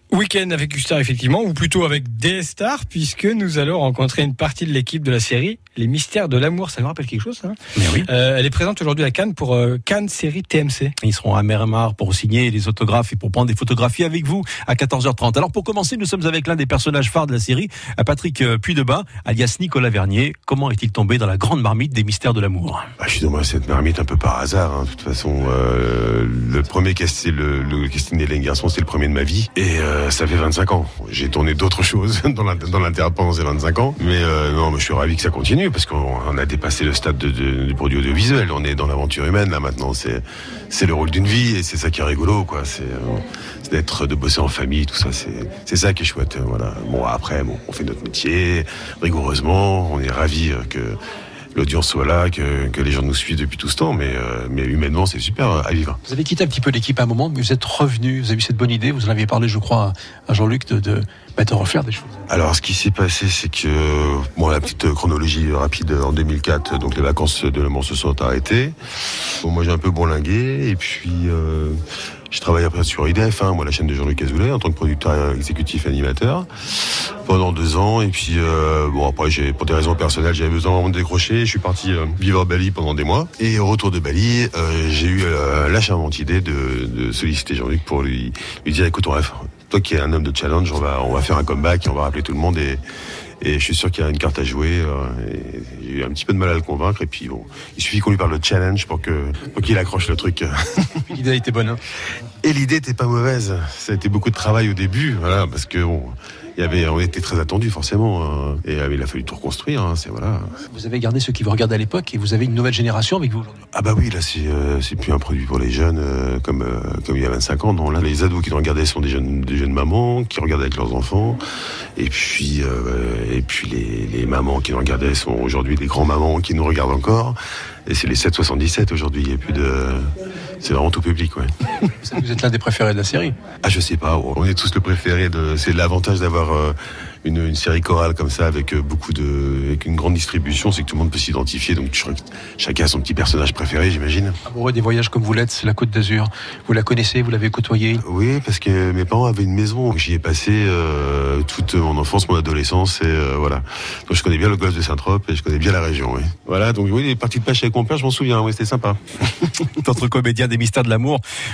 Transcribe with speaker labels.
Speaker 1: Week-end avec Gustar, effectivement, ou plutôt avec des stars, puisque nous allons rencontrer une partie de l'équipe de la série Les Mystères de l'amour. Ça nous rappelle quelque chose, hein?
Speaker 2: Mais oui.
Speaker 1: Elle est présente aujourd'hui à Cannes pour Cannes série TMC.
Speaker 2: Ils seront à Mer-et-Mar pour signer les autographes et pour prendre des photographies avec vous à 14h30. Alors pour commencer, nous sommes avec l'un des personnages phares de la série, Patrick Puydebas, alias Nicolas Vernier. Comment est-il tombé dans la grande marmite des Mystères de l'amour?
Speaker 3: Je suis tombé dans cette marmite un peu par hasard, hein. De toute façon, le premier casting, le casting d'Hélène Garçon, c'était le premier de ma vie. Et ça fait 25 ans. J'ai tourné d'autres choses dans l'intérieur pendant ces 25 ans. Mais non, je suis ravi que ça continue parce qu'on a dépassé le stade du produit audiovisuel. On est dans l'aventure humaine là maintenant. C'est le rôle d'une vie et c'est ça qui est rigolo, quoi. C'est de bosser en famille, tout ça. C'est ça qui est chouette. Voilà. Bon, après, on fait notre métier rigoureusement. On est ravis que l'audience soit là, que les gens nous suivent depuis tout ce temps, mais humainement c'est super à vivre.
Speaker 2: Vous avez quitté un petit peu l'équipe à un moment, mais vous êtes revenu, vous avez eu cette bonne idée, vous en aviez parlé je crois à Jean-Luc de refaire des choses.
Speaker 3: Alors ce qui s'est passé, c'est que la petite chronologie rapide, en 2004, donc les vacances de l'amour se sont arrêtées. Bon, moi j'ai un peu bourlingué et puis je travaille après sur IDF, moi la chaîne de Jean-Luc Azoulay en tant que producteur exécutif et animateur pendant 2 ans et puis après pour des raisons personnelles j'avais besoin vraiment de décrocher. Je suis parti vivre à Bali pendant des mois et au retour de Bali j'ai eu la charmante idée de solliciter Jean-Luc pour lui dire écoute toi qui es un homme de challenge, on va faire un comeback et on va rappeler tout le monde et je suis sûr qu'il y a une carte à jouer. Et j'ai eu un petit peu de mal à le convaincre. Et puis il suffit qu'on lui parle de challenge pour qu'il accroche le truc.
Speaker 2: L'idée était bonne.
Speaker 3: Et l'idée était pas mauvaise. Ça a été beaucoup de travail au début, voilà, parce que on était très attendus forcément. Et il a fallu tout reconstruire. Voilà.
Speaker 2: Vous avez gardé ceux qui vous regardaient à l'époque et vous avez une nouvelle génération avec vous aujourd'hui.
Speaker 3: Ah bah oui, là c'est plus un produit pour les jeunes comme il y a 25 ans. Non, là les ados qui nous regardaient sont des jeunes mamans qui regardent avec leurs enfants. Et puis les mamans qui nous regardaient sont aujourd'hui des grands-mamans qui nous regardent encore. Et c'est les 7-77 aujourd'hui. Il y a plus de... C'est vraiment tout public, ouais.
Speaker 2: Vous êtes l'un des préférés de la série.
Speaker 3: Ah, je sais pas. On est tous le préféré c'est l'avantage d'avoir une série chorale comme ça avec avec une grande distribution, c'est que tout le monde peut s'identifier. Donc chacun a son petit personnage préféré, j'imagine.
Speaker 2: Amoureux des voyages comme vous l'êtes, c'est la Côte d'Azur. Vous la connaissez, vous l'avez côtoyée?
Speaker 3: Oui, parce que mes parents avaient une maison. J'y ai passé toute mon enfance, mon adolescence, et voilà. Donc je connais bien le golfe de Saint-Trope et je connais bien la région. Oui. Voilà. Donc oui, les parties de pêche avec mon père, je m'en souviens. Oui, c'était sympa.
Speaker 2: Notre comédien des Mystères de l'amour.